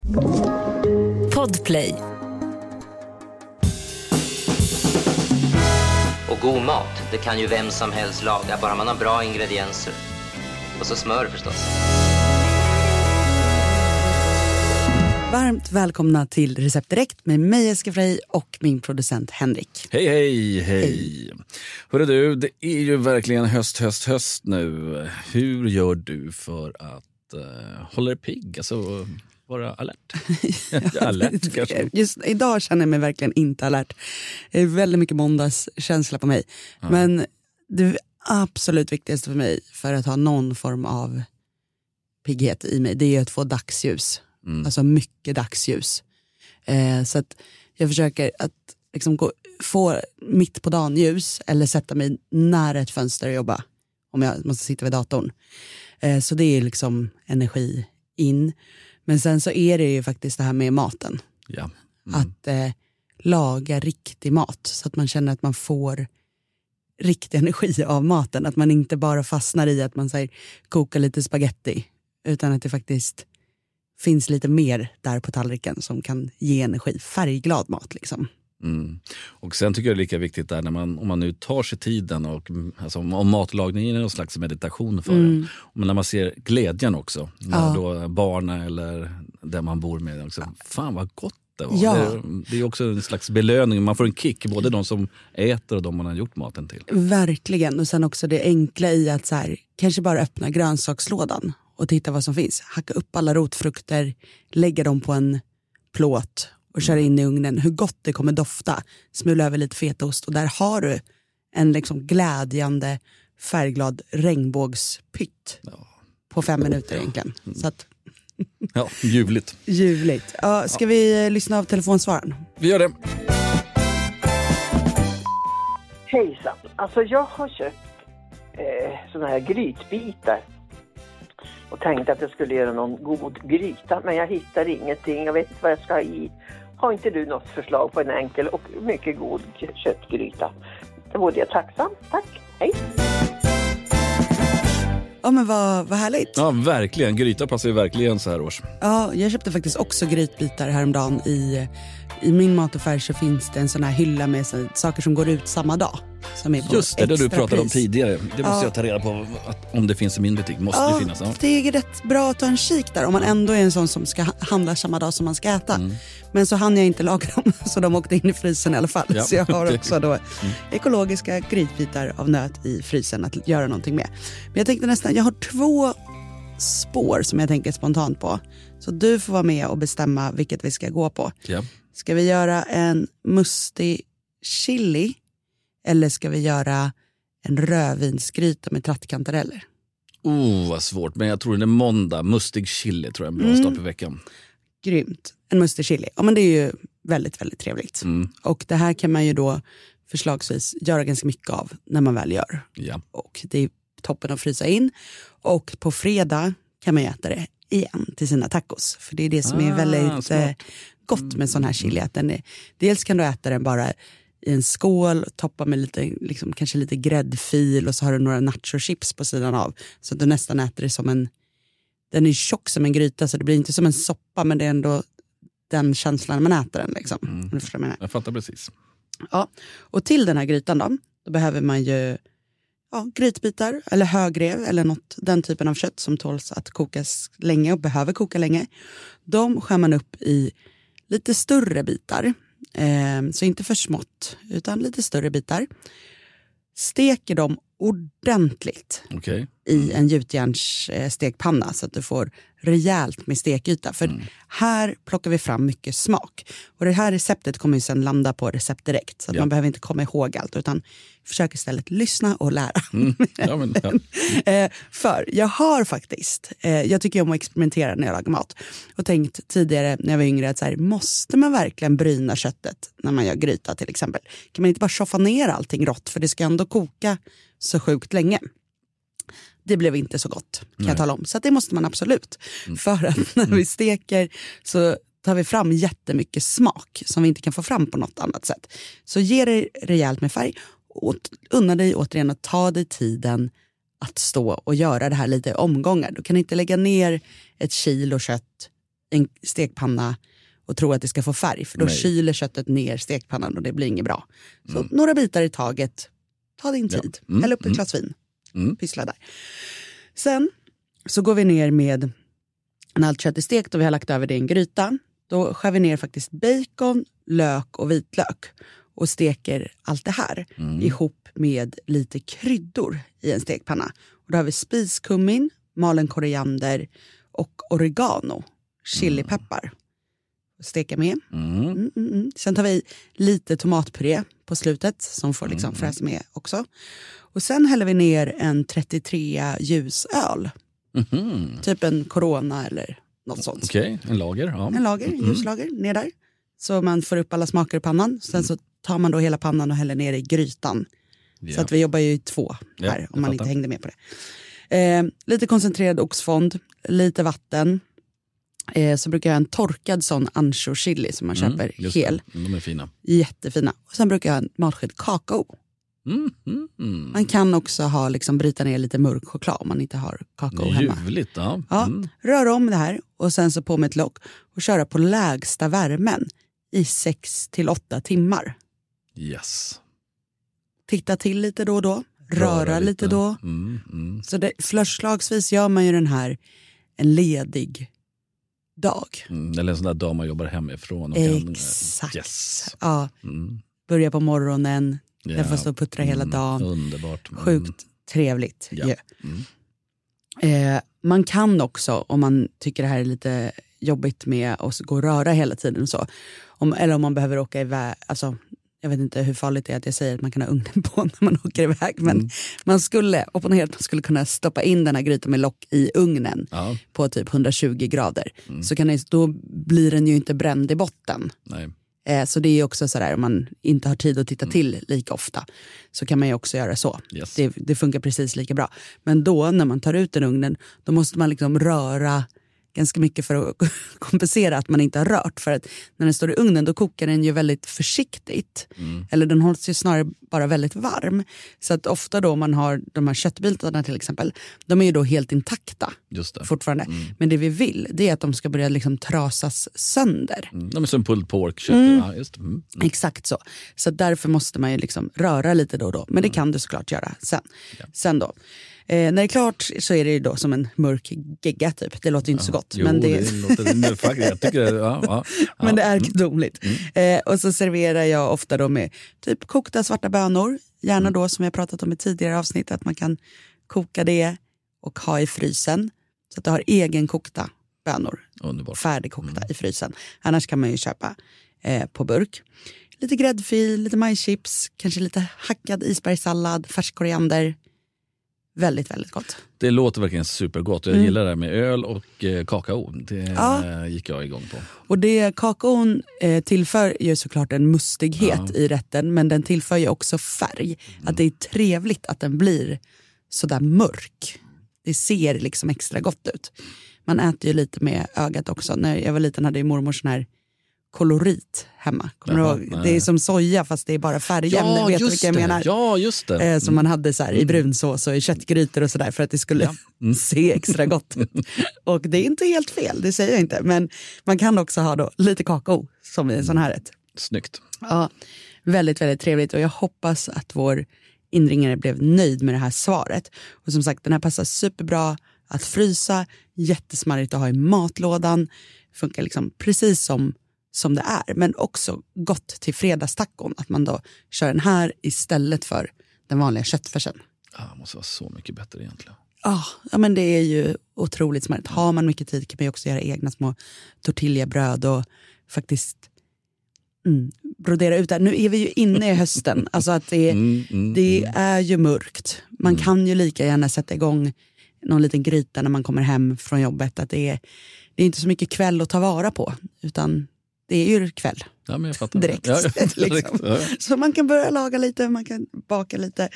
Podplay. Och god mat, det kan ju vem som helst laga, bara man har bra ingredienser. Och så smör förstås. Varmt välkomna till Recept Direkt med mig Jessica Frey och min producent Henrik. Hej, hej, hej. Hörru du, det är ju verkligen höst nu. Hur gör du för att hålla dig pigg? Alltså vara alert? Alert kanske? Just idag känner jag mig verkligen inte alert. Det är väldigt mycket måndagskänsla på mig. Ja. Men det absolut viktigaste för mig för att ha någon form av pigghet i mig, det är att få dagsljus. Alltså mycket dagsljus. Så att jag försöker att liksom få mitt på dagen ljus eller sätta mig nära ett fönster och jobba om jag måste sitta vid datorn. Så det är liksom energi in. Men sen så är det ju faktiskt det här med maten. Ja. Att laga riktig mat så att man känner att man får riktig energi av maten. Att man inte bara fastnar i att man säger koka lite spaghetti, utan att det faktiskt finns lite mer där på tallriken som kan ge energi. Färgglad mat liksom. Och sen tycker jag det är lika viktigt där när om man nu tar sig tiden och alltså, om matlagningen är någon slags meditation för en. Men när man ser glädjen också när då barnen eller där man bor med också, fan vad gott det var. Ja. Det är också en slags belöning, man får en kick både de som äter och de man har gjort maten till. Verkligen, och sen också det enkla i att så här, kanske bara öppna grönsakslådan och titta vad som finns. Hacka upp alla rotfrukter, lägga dem på en plåt och köra in i ugnen. Hur gott det kommer dofta. Smula över lite fetaost och där har du en liksom glädjande färgglad regnbågspytt på 5 minuter egentligen. Så att ja, ljuvligt. Ljuvligt. Ja, ska vi lyssna av telefonsvararen? Vi gör det. Hejsan. Alltså jag har köpt såna här grytbitar och tänkte att jag skulle göra någon god gryta, men jag hittar ingenting. Jag vet inte vad jag ska ha i. Har inte du något förslag på en enkel och mycket god köttgryta? Det vore jag tacksam. Tack. Hej. Ja, men vad härligt. Ja, verkligen. Gryta passar ju verkligen så här års. Ja, jag köpte faktiskt också grytbitar häromdagen. I min mataffär så finns det en sån här hylla med saker som går ut samma dag. Som är just det du pratade om tidigare. Det måste jag ta reda på om det finns i min butik. Måste det finnas. Ja, det är rätt bra att ta en kik där om man ändå är en sån som ska handla samma dag som man ska äta. Men så hann jag inte laga dem så de åkte in i frysen i alla fall. Ja. Så jag har också då ekologiska grytbitar av nöt i frysen att göra någonting med. Men jag tänkte nästan, jag har 2 spår som jag tänker spontant på. Så du får vara med och bestämma vilket vi ska gå på. Ja. Ska vi göra en mustig chili eller ska vi göra en rödvinsgryta med trattkantareller? Vad svårt, men jag tror det är måndag. Mustig chili tror jag är en bra start på veckan. Grymt. En mustig chili. Ja, men det är ju väldigt, väldigt trevligt. Och det här kan man ju då förslagsvis göra ganska mycket av när man väl gör. Ja. Och det är toppen att frysa in. Och på fredag kan man äta det igen till sina tacos. För det är det som är väldigt gott med sån här chili. Att dels kan du äta den bara i en skål, toppa med lite, liksom, kanske lite gräddfil och så har du några nacho-chips på sidan av. Så att du nästan äter det som den är tjock som en gryta så det blir inte som en soppa men det är ändå den känslan när man äter den. Liksom. Jag fattar precis. Ja, och till den här grytan då behöver man ju grytbitar eller högrev eller den typen av kött som tåls att kokas länge och behöver koka länge. De skär man upp i lite större bitar. Så inte för smått utan lite större bitar. Steker dem ordentligt i en gjutjärnsstekpanna så att du får rejält med stekyta. För här plockar vi fram mycket smak. Och det här receptet kommer ju sedan landa på Recept Direkt. Så att man behöver inte komma ihåg allt utan försök istället lyssna och lära. För jag har faktiskt, jag tycker om att experimentera när jag lagar mat. Och tänkt tidigare när jag var yngre att så här, måste man verkligen bryna köttet när man gör gryta till exempel? Kan man inte bara tjoffa ner allting rått för det ska ändå koka så sjukt länge? Det blev inte så gott kan jag tala om. Så att det måste man absolut. För att när vi steker så tar vi fram jättemycket smak som vi inte kan få fram på något annat sätt. Så ge det rejält med färg och unna dig återigen att ta dig tiden att stå och göra det här lite i omgångar. Du kan inte lägga ner 1 kilo kött en stekpanna och tro att det ska få färg. För då kyler köttet ner stekpannan och det blir inget bra. Så några bitar i taget. Ta din tid. Häll upp ett glas vin. Pyssla där. Sen så går vi ner med när allt kött är stekt och vi har lagt över det i en gryta. Då skär vi ner faktiskt bacon, lök och vitlök. Och steker allt det här ihop med lite kryddor i en stekpanna. Och då har vi spiskummin, malen koriander och oregano. Chilipeppar. Steka med. Sen tar vi lite tomatpuré på slutet som får liksom fräsa med också. Och sen häller vi ner en 33 ljusöl. Typ en Corona eller något sånt. Okej, en lager. Ja. En lager, ljuslager, ner där. Så man får upp alla smaker i pannan. Sen så tar man då hela pannan och häller ner i grytan. Så att vi jobbar ju i 2 här om man inte hängde med på det. Lite koncentrerad oxfond, lite vatten. Så brukar jag ha en torkad sån ancho chili som man köper hel. De är fina. Jättefina. Och sen brukar jag ha en matsked kakao. Man kan också ha liksom bryta ner lite mörk choklad om man inte har kakao hemma. Ljuvligt, ja. Rör om det här och sen så på med ett lock och köra på lägsta värmen i 6 till 8 timmar. Yes. Titta till lite då och då. Röra lite då. Så det, förslagsvis gör man ju den här en ledig dag. Eller en sån där dag man jobbar hemifrån. Och exakt. Yes. Ja. Börja på morgonen. Den får stå och puttra hela dagen. Underbart. Sjukt trevligt. Man kan också, om man tycker det här är lite jobbigt med att gå och röra hela tiden och så. Eller om man behöver åka iväg. Alltså, jag vet inte hur farligt det är att jag säger att man kan ha ugnen på när man åker iväg. Men man skulle kunna stoppa in den här grytan med lock i ugnen på typ 120 grader. Så kan då blir den ju inte bränd i botten. Nej. Så det är också sådär, om man inte har tid att titta till lika ofta så kan man ju också göra så. Yes. Det funkar precis lika bra. Men då när man tar ut den ugnen, då måste man liksom röra ganska mycket för att kompensera att man inte har rört. För att när den står i ugnen då kokar den ju väldigt försiktigt. Eller den hålls ju snarare bara väldigt varm. Så att ofta då man har de här köttbitarna till exempel, de är ju då helt intakta fortfarande. Men det vi vill, det är att de ska börja liksom trasas sönder. De är som pulled pork kött. Exakt så. Så därför måste man ju liksom röra lite då och då. Men det kan du såklart göra sen. Sen då. När det är klart så är det ju då som en mörk gegga typ. Det låter ju inte så gott. Men det låter, jag tycker men det är gudomligt. Och så serverar jag ofta då med typ kokta svarta bönor. Gärna då som jag pratat om i tidigare avsnitt att man kan koka det och ha i frysen. Så att du har egen kokta bönor. Underbart. Färdigkokta i frysen. Annars kan man ju köpa på burk. Lite gräddfil, lite majschips, kanske lite hackad isbergssallad, färsk koriander. Väldigt, väldigt gott. Det låter verkligen supergott. Jag gillar det här med öl och kakao. Det gick jag igång på. Och det kakaon tillför ju såklart en mustighet i rätten. Men den tillför ju också färg. Att det är trevligt att den blir sådär mörk. Det ser liksom extra gott ut. Man äter ju lite med ögat också. När jag var liten hade ju mormor sån här kolorit hemma. Kommer du ihåg? Det är som soja fast det är bara färgämnen. Vet du vilka jag menar? Ja, just det. Som man hade så här, i brunsås och i köttgrytor och sådär för att det skulle se extra gott ut. Och det är inte helt fel, det säger jag inte. Men man kan också ha då lite kakao som i en sån här rätt. Snyggt. Ja, väldigt, väldigt trevligt. Och jag hoppas att vår inringare blev nöjd med det här svaret. Och som sagt, den här passar superbra att frysa. Jättesmarrigt att ha i matlådan. Funkar liksom precis som det är, men också gott till fredagstacon att man då kör den här istället för den vanliga köttfärsen. Det måste vara så mycket bättre egentligen. Ja, men det är ju otroligt smarrigt. Har man mycket tid kan man ju också göra egna små tortillabröd och faktiskt brodera ut det. Nu är vi ju inne i hösten, alltså att det är ju mörkt. Man kan ju lika gärna sätta igång någon liten gryta när man kommer hem från jobbet. Att det är inte så mycket kväll att ta vara på, utan det är ju kväll. Ja, men jag fattar. Direkt. Liksom. Ja. Så man kan börja laga lite, man kan baka lite.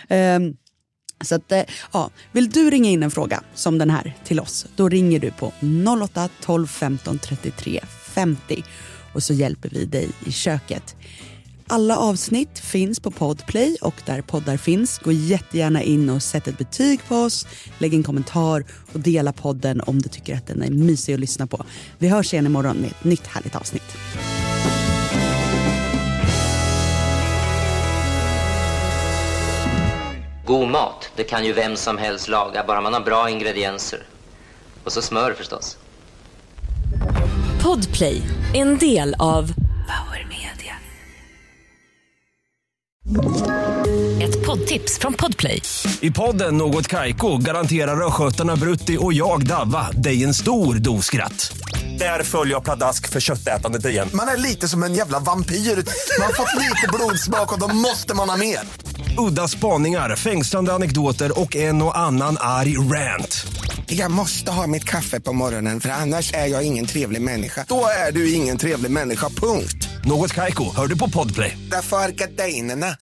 Så att, vill du ringa in en fråga som den här till oss, då ringer du på 08 12 15 33 50 och så hjälper vi dig i köket. Alla avsnitt finns på Podplay och där poddar finns. Gå jättegärna in och sätt ett betyg på oss. Lägg en kommentar och dela podden om du tycker att den är mysig att lyssna på. Vi hörs igen imorgon med ett nytt härligt avsnitt. God mat, det kan ju vem som helst laga, bara man har bra ingredienser. Och så smör förstås. Podplay, en del av Power Media. Ett poddtips från Podplay. I podden Något Kaiko garanterar röskötarna Brutti och jag Davva dig en stor doskratt. Där följer jag pladask för köttätandet igen. Man är lite som en jävla vampyr. Man har fått lite blodsmak och då måste man ha mer. Udda spaningar, fängslande anekdoter och en och annan arg rant. Jag måste ha mitt kaffe på morgonen för annars är jag ingen trevlig människa. Då är du ingen trevlig människa, punkt. Något Kaiko, hör du på Podplay. Därför är gardinerna.